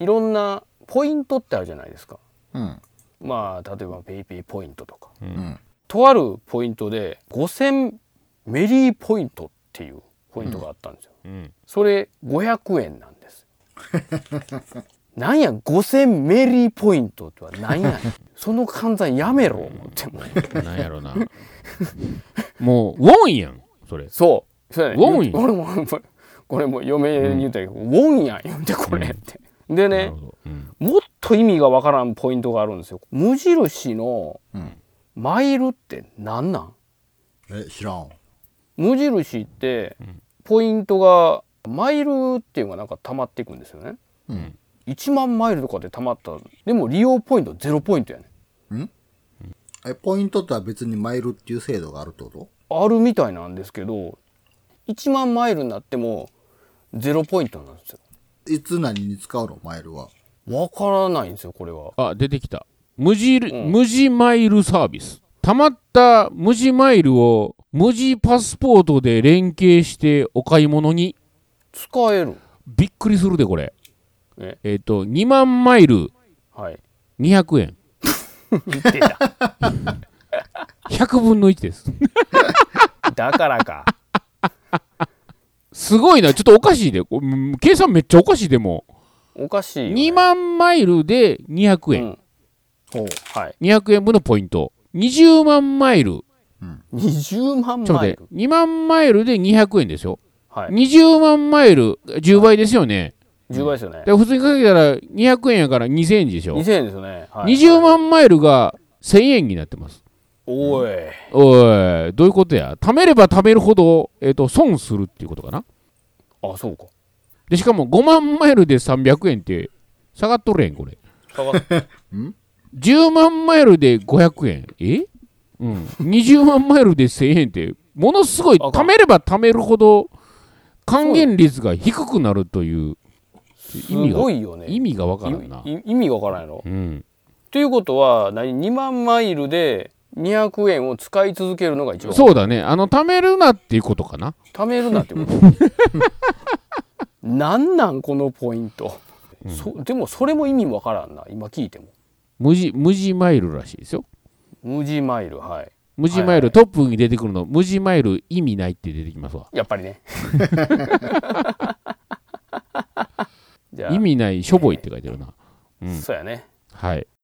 ろんなポイントってあるじゃないですか。 うん。 まあ例えばペイペイポイントとか、 うん。 とあるポイントで5000メリーポイントっていうポイントがあったんですよ。 うん、 それ500円なんです。なんや5000メリーポイントとは何やねん。その換算やめろ思っても。 なんやろな。もうウォンやんそれ。 そうやね。 ウォンやこれも嫁に言ったけど、ウォンやん言うてこれって。でね、 うん、 もっと意味がわからんポイントがあるんですよ。無印のマイルって何なん？ 知らん。 無印ってポイントがマイルっていうのがなんか溜まっていくんですよね。 うん。 1万マイルとかで溜まった。でも利用ポイント0ポイントやねん。 ポイントとは別にマイルっていう制度があるってこと？ あるみたいなんですけど、1万マイルになっても0ポイントなんですよ。 いつ何に使うのマイルは。 わからないんですよこれは。 あ、出てきた。無地マイルサービス。たまった無地マイルを無地パスポートで連携してお買い物に使える。 びっくりするでこれ。2万マイル200円。 言ってた。 100分の1です。 だからか。 すごいな。ちょっとおかしいで。計算めっちゃおかしいでも。 おかしいよ、ね。 2万マイルで200円。 はい。 200円分のポイント。20万マイル。 20万マイル。 2万マイルで200円ですよ。 はい。 20万マイル、10倍ですよね。 10倍ですよね。 で普通にかけたら200円やから2000円でしょ。 2000円ですよね。はい、 20万マイルが1000円になってます。 おい。 おい、どういうことや。貯めれば貯めるほど、損するっていうことかな。 あ、そうか。 で、しかも5万マイルで300円って下がっとるやん、これ。 下がっ 10万マイルで500円。20万マイルで1000円って、ものすごい、貯めれば貯めるほど、還元率が低くなるという、 すごいよね。 意味がわからんな。 意味がわからんやろ。ということは、2万マイルで200円を使い続けるのが一番。 そうだね。貯めるなっていうことかな。 貯めるなってこと。なんこのポイント。でもそれも意味わからんな。今聞いても。 無地マイルらしいですよ。 無地マイル、はい。 無地マイル、トップに出てくるの、無地マイル意味ないって出てきますわ。 やっぱりね。 意味ないしょぼいって書いてるな。 そうやね。 はい。